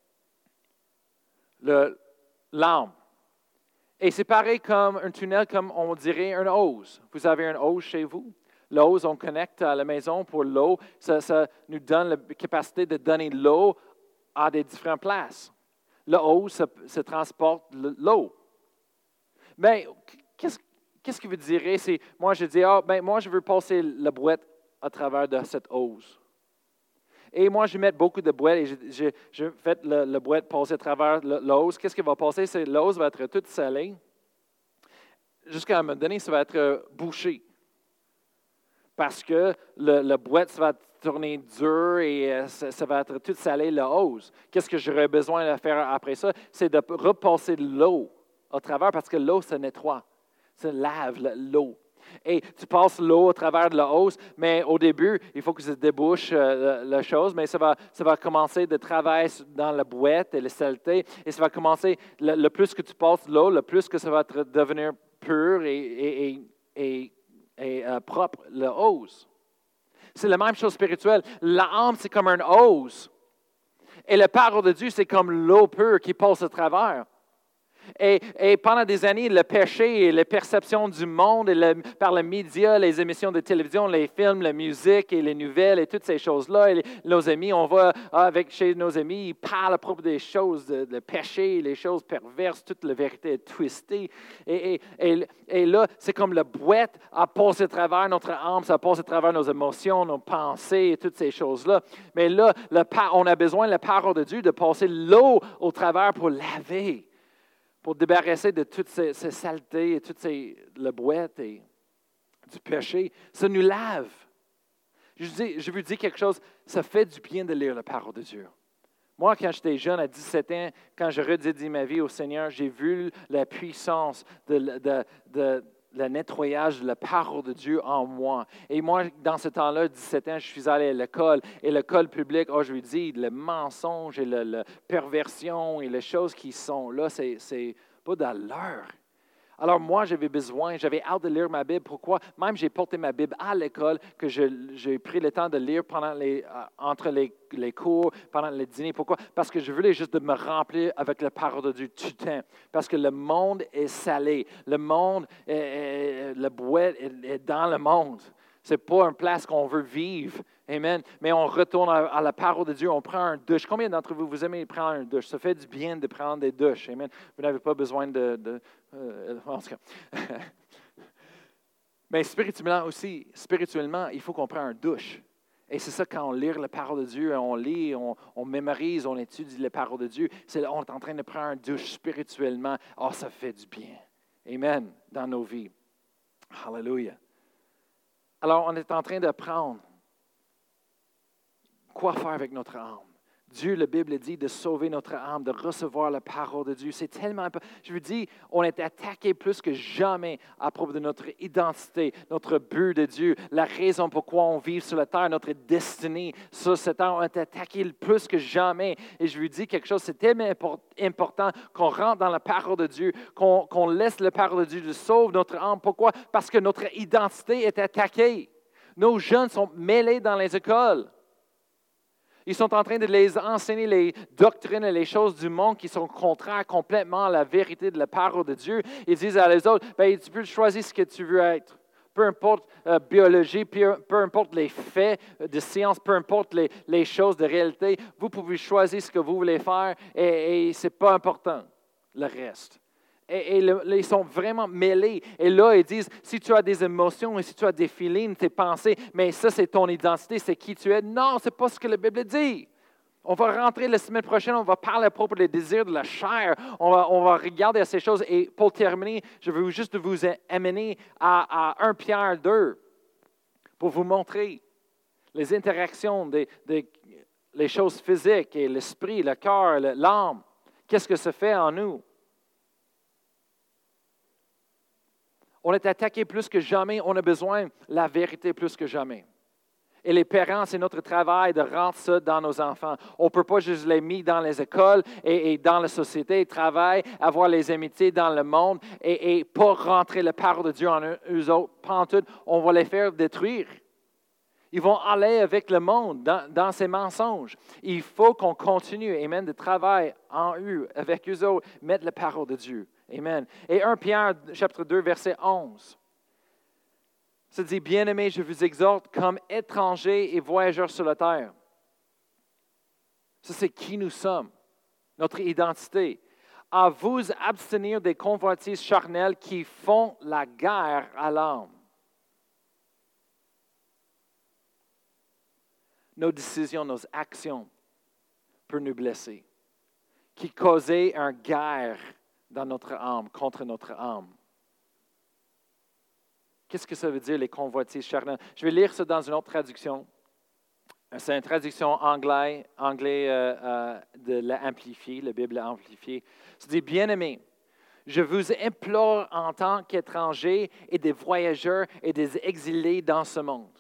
Le, l'âme. Et c'est pareil comme un tunnel, comme on dirait une hose. Vous avez une hose chez vous? L'eau, on connecte à la maison pour l'eau. Ça, ça nous donne la capacité de donner l'eau à des différentes places. L'eau, ça, ça transporte l'eau. Mais qu'est-ce, qu'est-ce que vous direz? C'est, moi, je dis, ah, ben, moi, je veux passer la boîte à travers de cette hose. Et moi, je vais mettre beaucoup de boîtes et je, je, je fais la, la boîte passer à travers l'ose. Qu'est-ce qui va passer? C'est l'ose va être toute salée. Jusqu'à un moment donné, ça va être bouché. Parce que le, le boîte ça va tourner dur et euh, ça, ça va être tout salé, le hose. Qu'est-ce que j'aurais besoin de faire après ça? C'est de repasser de l'eau au travers parce que l'eau, ça nettoie. Ça lave l'eau. Et tu passes l'eau au travers de la hose, mais au début, il faut que ça débouche euh, la, la chose, mais ça va, ça va commencer de travailler dans la boîte et la saleté, et ça va commencer, le, le plus que tu passes l'eau, le plus que ça va te devenir pur et, et, et, et et euh, propre, le hose. C'est la même chose spirituelle. L'âme, c'est comme un hose. Et la parole de Dieu, c'est comme l'eau pure qui passe à travers. Et, et pendant des années, le péché et les perceptions du monde, et le, par les médias, les émissions de télévision, les films, la musique et les nouvelles et toutes ces choses-là, et les, nos amis, on va avec chez nos amis, ils parlent à propos des choses, de, de péché, les choses perverses, toute la vérité est twistée. Et, et, et, et là, c'est comme la boîte a passé à travers notre âme, ça passe à travers nos émotions, nos pensées et toutes ces choses-là. Mais là, le, on a besoin de la parole de Dieu de passer l'eau au travers pour laver. Pour débarrasser de toutes ces, ces saletés et toutes ces le boîte et du péché, ça nous lave. Je, dis, je vous dis quelque chose, ça fait du bien de lire la parole de Dieu. Moi, quand j'étais jeune, à dix-sept ans, quand je redédie ma vie au Seigneur, j'ai vu la puissance de, de, de le nettoyage de la parole de Dieu en moi. Et moi, dans ce temps-là, dix-sept ans, je suis allé à l'école. Et l'école publique, oh, je lui dis, le mensonge et la, la perversion et les choses qui sont là, c'est, c'est pas dans l'heure. Alors moi, j'avais besoin, j'avais hâte de lire ma Bible. Pourquoi? Même j'ai porté ma Bible à l'école, que je, j'ai pris le temps de lire pendant les, entre les, les cours, pendant les dîners. Pourquoi? Parce que je voulais juste de me remplir avec la parole de Dieu tout le temps. Parce que le monde est salé. Le monde, est, est, le boîte est, est dans le monde. Ce n'est pas une place qu'on veut vivre. Amen. Mais on retourne à, à la parole de Dieu, on prend un douche. Combien d'entre vous, vous aimez prendre un douche? Ça fait du bien de prendre des douches. Amen. Vous n'avez pas besoin de... de euh, en tout cas. Mais spirituellement aussi, spirituellement, il faut qu'on prenne un douche. Et c'est ça quand on lit la parole de Dieu, on lit, on, on mémorise, on étudie la parole de Dieu. C'est, on est en train de prendre un douche spirituellement. Oh, ça fait du bien. Amen. Dans nos vies. Hallelujah. Alors, on est en train d'apprendre quoi faire avec notre âme. Dieu, la Bible dit, de sauver notre âme, de recevoir la parole de Dieu. C'est tellement important. Je vous dis, on est attaqué plus que jamais à propos de notre identité, notre but de Dieu, la raison pourquoi on vit sur la terre, notre destinée sur cette terre. On est attaqué plus que jamais. Et je vous dis quelque chose, c'est tellement important qu'on rentre dans la parole de Dieu, qu'on, qu'on laisse la parole de Dieu de sauver notre âme. Pourquoi? Parce que notre identité est attaquée. Nos jeunes sont mêlés dans les écoles. Ils sont en train de les enseigner les doctrines et les choses du monde qui sont contraires complètement à la vérité de la parole de Dieu. Ils disent à les autres, ben, tu peux choisir ce que tu veux être. Peu importe la euh, biologie, peu, peu importe les faits de science, peu importe les, les choses de réalité, vous pouvez choisir ce que vous voulez faire et, et ce n'est pas important, le reste. Et, et le, ils sont vraiment mêlés. Et là, ils disent, si tu as des émotions et si tu as des feelings, tes pensées, mais ça, c'est ton identité, c'est qui tu es. Non, ce n'est pas ce que la Bible dit. On va rentrer la semaine prochaine, on va parler à propos des désirs de la chair. On va, on va regarder à ces choses. Et pour terminer, je veux juste vous amener à, à un Pierre deux pour vous montrer les interactions des, des les choses physiques et l'esprit, le cœur, l'âme. Qu'est-ce que ça fait en nous? On est attaqué plus que jamais. On a besoin de la vérité plus que jamais. Et les parents, c'est notre travail de rendre ça dans nos enfants. On ne peut pas juste les mettre dans les écoles et, et dans la société, travailler, avoir les amitiés dans le monde et, et pas rentrer la parole de Dieu en eux, eux autres. Pantoute, on va les faire détruire. Ils vont aller avec le monde dans, dans ces mensonges. Il faut qu'on continue, amen, de travailler en eux, avec eux autres, mettre la parole de Dieu. Amen. Et un Pierre, chapitre deux, verset onze. Ça dit, bien-aimés, je vous exhorte comme étrangers et voyageurs sur la terre. Ça, c'est qui nous sommes, notre identité. À vous abstenir des convoitises charnelles qui font la guerre à l'âme. Nos décisions, nos actions peuvent nous blesser, qui causaient une guerre dans notre âme, contre notre âme. Qu'est-ce que ça veut dire, les convoitises charnelles? Je vais lire ça dans une autre traduction. C'est une traduction anglaise, anglais euh, euh, de l'Amplifié, la Bible amplifiée. Ça dit, bien-aimés, je vous implore en tant qu'étrangers et des voyageurs et des exilés dans ce monde.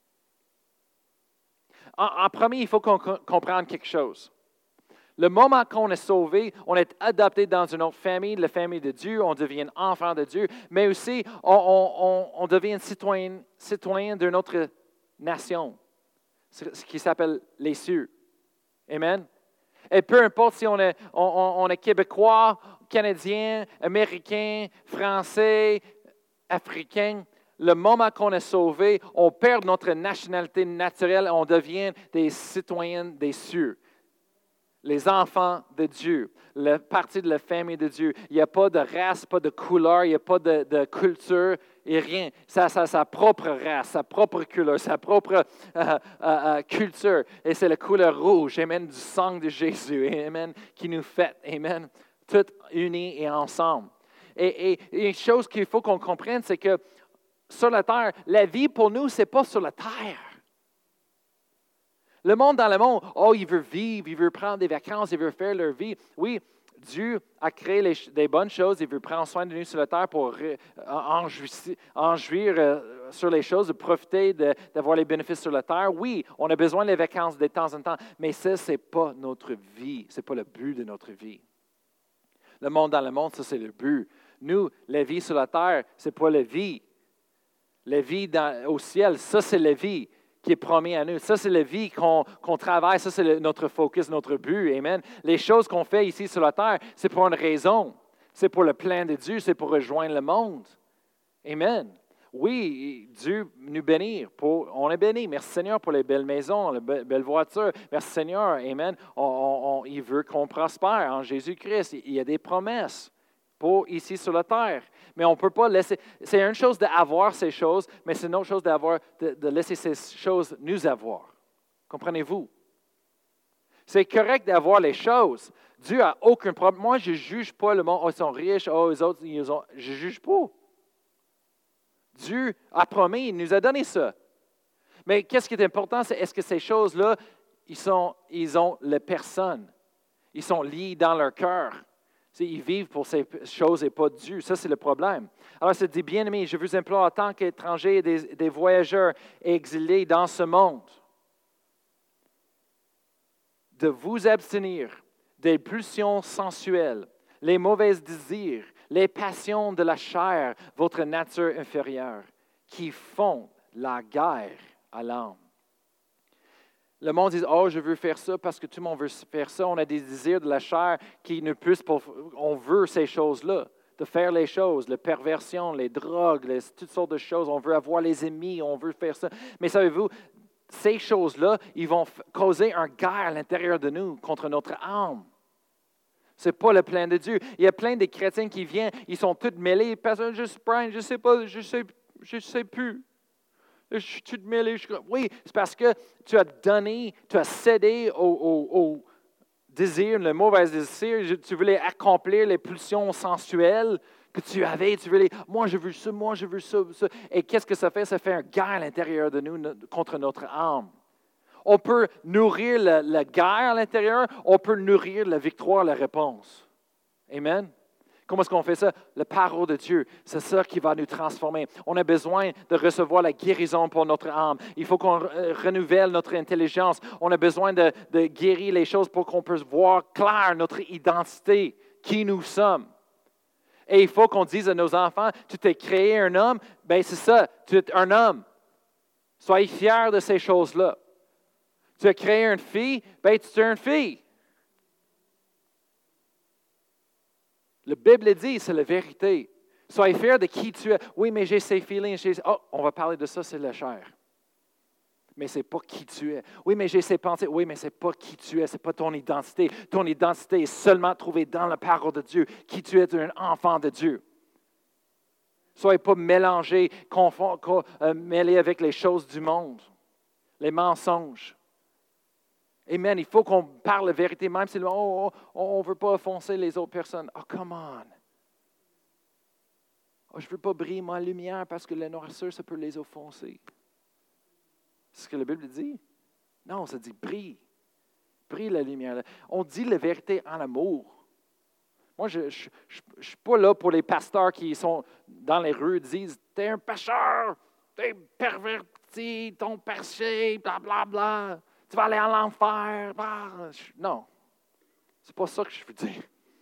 En, en premier, il faut qu'on comprenne quelque chose. Le moment qu'on est sauvé, on est adopté dans une autre famille, la famille de Dieu, on devient enfant de Dieu, mais aussi on, on, on devient citoyen, citoyen d'une autre nation, ce qui s'appelle les cieux. Amen. Et peu importe si on est, on, on est québécois, canadien, américain, français, africain, le moment qu'on est sauvé, on perd notre nationalité naturelle, on devient des citoyens des cieux. Les enfants de Dieu, la partie de la famille de Dieu. Il n'y a pas de race, pas de couleur, il n'y a pas de, de culture et rien. Ça, ça, sa propre race, sa propre couleur, sa propre euh, euh, culture. Et c'est la couleur rouge, amen, du sang de Jésus, amen, qui nous fait, amen, tout unis et ensemble. Et, et, et une chose qu'il faut qu'on comprenne, c'est que sur la terre, la vie pour nous, ce n'est pas sur la terre. Le monde dans le monde, oh, il veut vivre, il veut prendre des vacances, il veut faire leur vie. Oui, Dieu a créé les, des bonnes choses, il veut prendre soin de nous sur la terre pour en, en jouir euh, sur les choses, de profiter de, d'avoir les bénéfices sur la terre. Oui, on a besoin des vacances de temps en temps, mais ça, ce n'est pas notre vie, ce n'est pas le but de notre vie. Le monde dans le monde, ça, c'est le but. Nous, la vie sur la terre, ce n'est pas la vie. La vie dans, au ciel, ça, c'est la vie qui est promis à nous. Ça, c'est la vie qu'on, qu'on travaille. Ça, c'est le, notre focus, notre but. Amen. Les choses qu'on fait ici sur la terre, c'est pour une raison. C'est pour le plan de Dieu. C'est pour rejoindre le monde. Amen. Oui, Dieu nous bénit. Pour, on est béni. Merci Seigneur pour les belles maisons, les be- belles voitures. Merci Seigneur. Amen. On, on, on, il veut qu'on prospère en Jésus-Christ. Il y a des promesses pour ici sur la terre. Mais on ne peut pas laisser... C'est une chose d'avoir ces choses, mais c'est une autre chose d'avoir, de, de laisser ces choses nous avoir. Comprenez-vous? C'est correct d'avoir les choses. Dieu n'a aucun problème. Moi, je ne juge pas le monde. Oh, ils sont riches. Oh, les autres, ils ont... Je ne juge pas. Dieu a promis, il nous a donné ça. Mais qu'est-ce qui est important, c'est est-ce que ces choses-là, ils, sont, ils ont les personnes. Ils sont liés dans leur cœur. C'est, ils vivent pour ces choses et pas Dieu. Ça, c'est le problème. Alors, c'est dit, bien-aimés, je vous implore en tant qu'étrangers et des, des voyageurs exilés dans ce monde, de vous abstenir des pulsions sensuelles, les mauvais désirs, les passions de la chair, votre nature inférieure, qui font la guerre à l'âme. Le monde dit, oh, je veux faire ça parce que tout le monde veut faire ça. On a des désirs de la chair qui ne puissent pas. On veut ces choses-là, de faire les choses, la perversion, les drogues, les, toutes sortes de choses. On veut avoir les ennemis, on veut faire ça. Mais savez-vous, ces choses-là, ils vont f- causer une guerre à l'intérieur de nous contre notre âme. Ce n'est pas le plan de Dieu. Il y a plein de chrétiens qui viennent, ils sont tous mêlés. Pasteur, je ne sais pas, je ne sais, je sais plus. Je suis tout mêlé. Je... Oui, c'est parce que tu as donné, tu as cédé au, au, au désir, le mauvais désir. Tu voulais accomplir les pulsions sensuelles que tu avais. Tu voulais, moi je veux ça, moi je veux ça, ça. Et qu'est-ce que ça fait? Ça fait une guerre à l'intérieur de nous contre notre âme. On peut nourrir la, la guerre à l'intérieur, on peut nourrir la victoire, la réponse. Amen. Comment est-ce qu'on fait ça? La parole de Dieu, c'est ça qui va nous transformer. On a besoin de recevoir la guérison pour notre âme. Il faut qu'on renouvelle notre intelligence. On a besoin de, de guérir les choses pour qu'on puisse voir clair notre identité, qui nous sommes. Et il faut qu'on dise à nos enfants, tu t'es créé un homme, bien c'est ça, tu es un homme. Soyez fiers de ces choses-là. Tu as créé une fille, bien tu es une fille. La Bible dit, c'est la vérité. Soyez fiers de qui tu es. Oui, mais j'ai ces feelings. J'ai... Oh, on va parler de ça, c'est la chair. Mais ce n'est pas qui tu es. Oui, mais j'ai ces pensées. Oui, mais ce n'est pas qui tu es. Ce n'est pas ton identité. Ton identité est seulement trouvée dans la parole de Dieu. Qui tu es, tu es un enfant de Dieu. Soyez pas mélangés, confond, euh, mêlés avec les choses du monde, les mensonges. Amen. Il faut qu'on parle la vérité, même si oh, oh, on ne veut pas offenser les autres personnes. Oh, come on. Oh, je ne veux pas briller ma lumière parce que la noirceur, ça peut les offenser. C'est ce que la Bible dit. Non, ça dit brille. Brille la lumière. On dit la vérité en amour. Moi, je ne suis pas là pour les pasteurs qui sont dans les rues et disent « T'es un pécheur, t'es perverti, ton péché, blablabla. Bla, bla. Tu vas aller à l'enfer. Bla. » Non, ce n'est pas ça que je veux dire.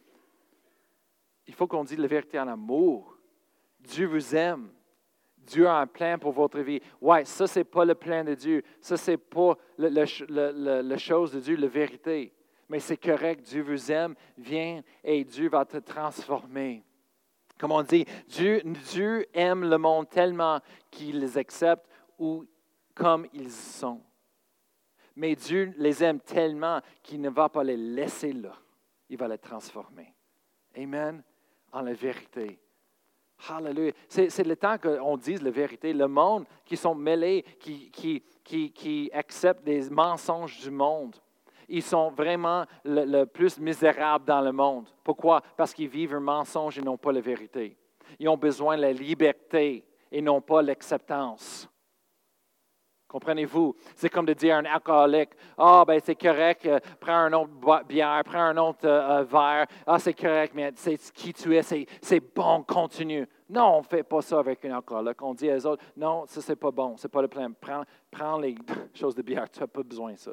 Il faut qu'on dise la vérité en amour. Dieu vous aime. Dieu a un plan pour votre vie. Ouais, ça, ce n'est pas le plan de Dieu. Ça, ce n'est pas le, le, le, le, la chose de Dieu, la vérité. Mais c'est correct, Dieu vous aime, viens et Dieu va te transformer. Comme on dit, Dieu, Dieu aime le monde tellement qu'il les accepte ou comme ils sont. Mais Dieu les aime tellement qu'il ne va pas les laisser là. Il va les transformer. Amen. En la vérité. Hallelujah. C'est, c'est le temps qu'on dise la vérité. Le monde qui sont mêlés, qui, qui, qui, qui acceptent les mensonges du monde, ils sont vraiment le, le plus misérables dans le monde. Pourquoi? Parce qu'ils vivent un mensonge et non pas la vérité. Ils ont besoin de la liberté et non pas l'acceptance. Comprenez-vous? C'est comme de dire à un alcoolique, « Ah, oh, ben c'est correct, euh, prends un autre bière, prends un autre euh, verre. Ah, c'est correct, mais c'est qui tu es, c'est, c'est bon, continue. » Non, on ne fait pas ça avec un alcoolique. On dit aux autres, « Non, ça, c'est pas bon, c'est pas le plan. Prends, prends les choses de bière, tu n'as pas besoin de ça. »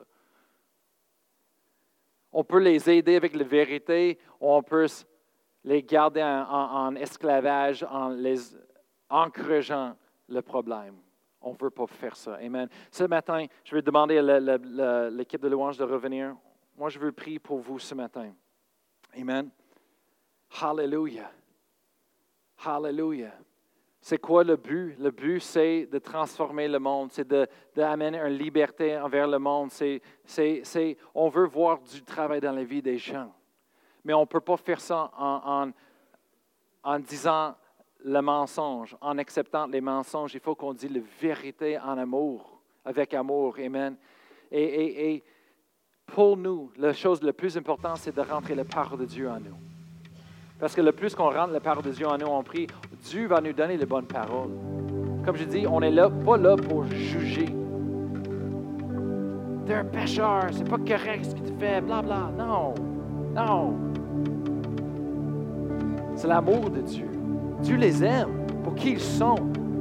On peut les aider avec la vérité, ou on peut les garder en, en, en esclavage en les encourageant le problème. On ne veut pas faire ça. Amen. Ce matin, je vais demander à la, la, la, l'équipe de louange de revenir. Moi, je veux prier pour vous ce matin. Amen. Hallelujah. Hallelujah. C'est quoi le but? Le but, c'est de transformer le monde, c'est de, d'amener une liberté envers le monde. C'est, c'est, c'est, on veut voir du travail dans la vie des gens. Mais on ne peut pas faire ça en, en, en disant le mensonge, en acceptant les mensonges. Il faut qu'on dise la vérité en amour, avec amour. Amen. Et, et, et pour nous, la chose la plus importante, c'est de rentrer la parole de Dieu en nous. Parce que le plus qu'on rentre la parole de Dieu en nous, on prie, Dieu va nous donner les bonnes paroles. Comme je dis, on n'est là, pas là pour juger. tu es un pécheur, c'est pas correct ce que tu fais, bla bla. Non, non. C'est l'amour de Dieu. Dieu les aime pour qui ils sont.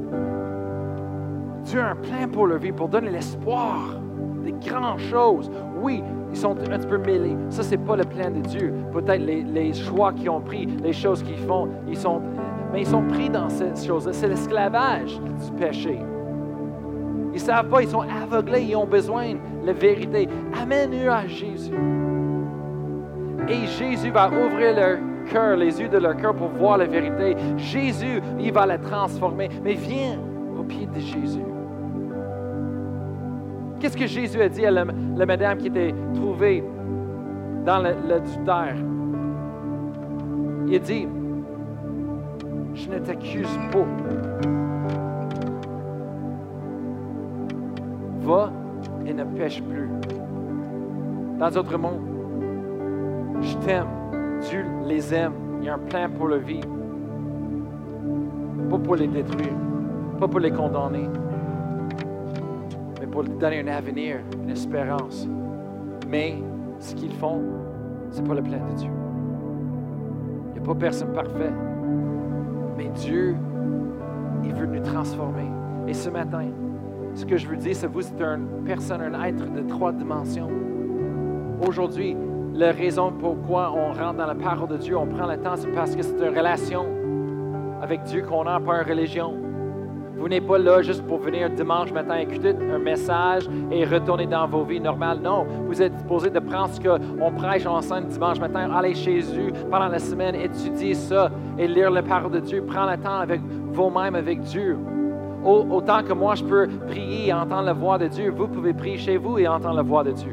Dieu a un plan pour leur vie, pour donner l'espoir des grandes choses. Oui, ils sont un petit peu mêlés. Ça, c'est pas le plan de Dieu. Peut-être les, les choix qu'ils ont pris, les choses qu'ils font, ils sont, mais ils sont pris dans ces choses-là. C'est l'esclavage du péché. Ils ne savent pas, ils sont aveuglés, ils ont besoin de la vérité. Amène-eux à Jésus. Et Jésus va ouvrir leur cœur, les yeux de leur cœur pour voir la vérité. Jésus, il va la transformer. Mais viens au pied de Jésus. Qu'est-ce que Jésus a dit à la, la madame qui était trouvée dans l'adultère? Il a dit, je ne t'accuse pas. Va et ne pêche plus. Dans d'autres mots, je t'aime. Dieu les aime. Il y a un plan pour leur vie. Pas pour les détruire, pas pour les condamner, mais pour leur donner un avenir, une espérance. Mais ce qu'ils font, ce n'est pas le plan de Dieu. Il n'y a pas personne parfait. Mais Dieu, il veut nous transformer. Et ce matin, ce que je veux dire, c'est que vous êtes une personne, un être de trois dimensions. Aujourd'hui, la raison pourquoi on rentre dans la parole de Dieu, on prend le temps, c'est parce que c'est une relation avec Dieu qu'on a, pas une religion. Vous n'êtes pas là juste pour venir dimanche matin écouter un message et retourner dans vos vies normales. Non, vous êtes supposé de prendre ce qu'on prêche ensemble dimanche matin, aller chez Jésus pendant la semaine, étudier ça et lire la parole de Dieu. Prends le temps avec vous-même, avec Dieu. Autant que moi, je peux prier et entendre la voix de Dieu, vous pouvez prier chez vous et entendre la voix de Dieu.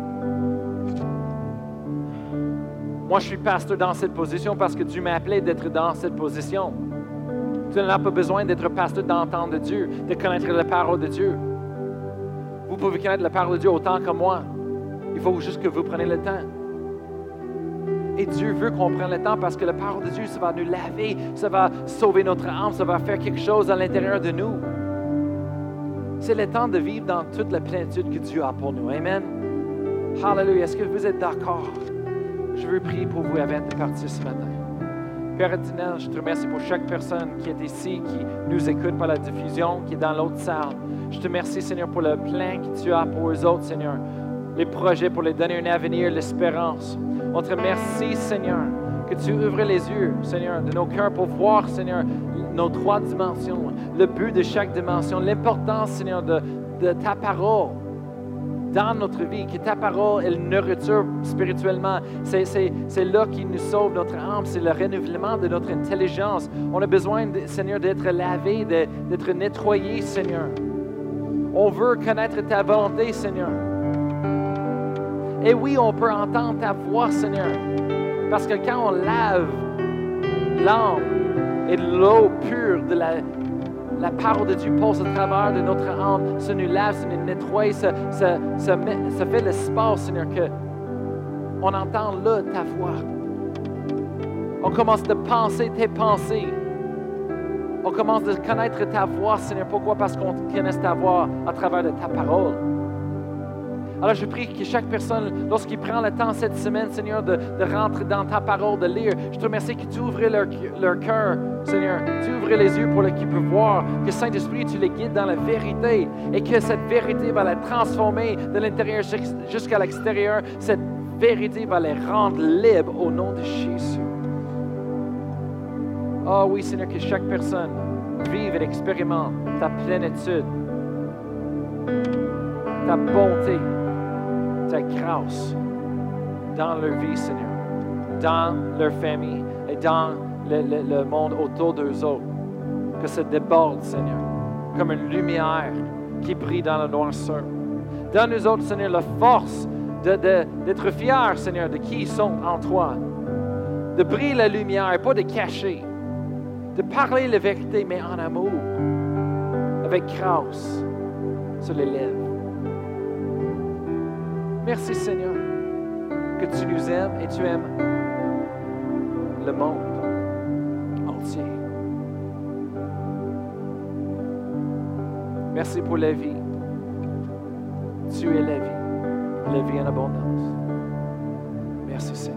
Moi, je suis pasteur dans cette position parce que Dieu m'a appelé d'être dans cette position. Tu n'as pas besoin d'être pasteur d'entendre Dieu, de connaître la parole de Dieu. Vous pouvez connaître la parole de Dieu autant que moi. Il faut juste que vous preniez le temps. Et Dieu veut qu'on prenne le temps parce que la parole de Dieu, ça va nous laver, ça va sauver notre âme, ça va faire quelque chose à l'intérieur de nous. C'est le temps de vivre dans toute la plénitude que Dieu a pour nous. Amen. Hallelujah. Est-ce que vous êtes d'accord? Je veux prier pour vous avant de partir ce matin. Père éternel, je te remercie pour chaque personne qui est ici, qui nous écoute par la diffusion, qui est dans l'autre salle. Je te remercie, Seigneur, pour le plan que tu as pour eux autres, Seigneur. Les projets pour les donner un avenir, l'espérance. On te remercie, Seigneur, que tu ouvres les yeux, Seigneur, de nos cœurs pour voir, Seigneur, nos trois dimensions, le but de chaque dimension, l'importance, Seigneur, de, de ta parole dans notre vie, que ta parole est une nourriture spirituellement. C'est, c'est, c'est là qui nous sauve notre âme, c'est le renouvellement de notre intelligence. On a besoin, de, Seigneur, d'être lavé, de, d'être nettoyé, Seigneur. On veut connaître ta volonté, Seigneur. Et oui, on peut entendre ta voix, Seigneur, parce que quand on lave l'âme et l'eau pure de la La parole de Dieu passe au travers de notre âme, ça nous lave, ça nous nettoie, ça, ça, ça, met, ça fait l'espace, Seigneur, qu'on entend là ta voix. On commence de penser tes pensées. On commence de connaître ta voix, Seigneur. Pourquoi? Parce qu'on connaît ta voix à travers de ta parole. Alors, je prie que chaque personne, lorsqu'il prend le temps cette semaine, Seigneur, de, de rentrer dans ta parole, de lire, je te remercie que tu ouvres leur, leur cœur, Seigneur. Tu ouvres les yeux pour qu'ils peuvent voir, que Saint-Esprit, tu les guides dans la vérité et que cette vérité va les transformer de l'intérieur jusqu'à l'extérieur. Cette vérité va les rendre libres au nom de Jésus. Oh oui, Seigneur, que chaque personne vive et expérimente ta plénitude, ta bonté, ta grâce dans leur vie, Seigneur, dans leur famille et dans le, le, le monde autour d'eux autres. Que ça déborde, Seigneur, comme une lumière qui brille dans la noirceur. Dans nous autres, Seigneur, la force de, de, d'être fiers, Seigneur, de qui ils sont en toi. De briller la lumière, pas de cacher. De parler la vérité, mais en amour, avec grâce sur les lèvres. Merci, Seigneur, que tu nous aimes et tu aimes le monde entier. Merci pour la vie. Tu es la vie. de la vie en abondance. Merci Seigneur.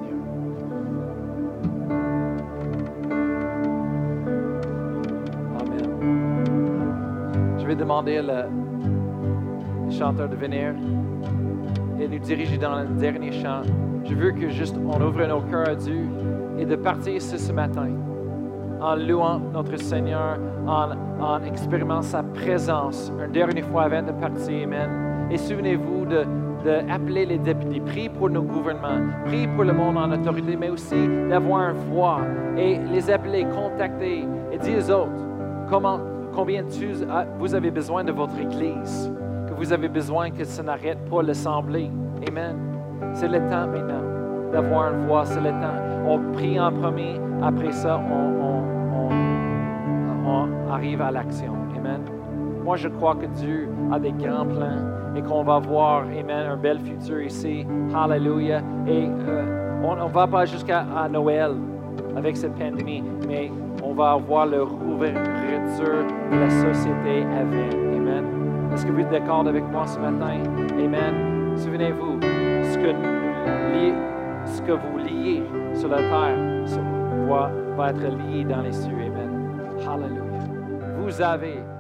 Je vais demander au chanteur de venir et nous diriger dans le dernier chant. Je veux que juste on ouvre nos cœurs à Dieu et de partir ici ce matin en louant notre Seigneur, en, en expérimentant sa présence une dernière fois avant de partir. Amen. Et souvenez-vous de, de appeler les députés, priez pour nos gouvernements, priez pour le monde en autorité, mais aussi d'avoir une voix et les appeler, contacter et dire aux autres comment Combien de vous avez besoin de votre Église, que vous avez besoin que ça n'arrête pas l'assemblée. Amen. C'est le temps maintenant d'avoir une voix, c'est le temps. On prie en premier, après ça, on, on, on, on arrive à l'action. Amen. Moi, je crois que Dieu a des grands plans et qu'on va voir, amen, un bel futur ici. Hallelujah. Et euh, on ne va pas jusqu'à à Noël avec cette pandémie, mais on va avoir le rouverture de la société à venir. Amen. Est-ce que vous êtes d'accord avec moi ce matin? Amen. Souvenez-vous, ce que, li- ce que vous liez sur la terre va, va être lié dans les cieux. Amen. Hallelujah. Vous avez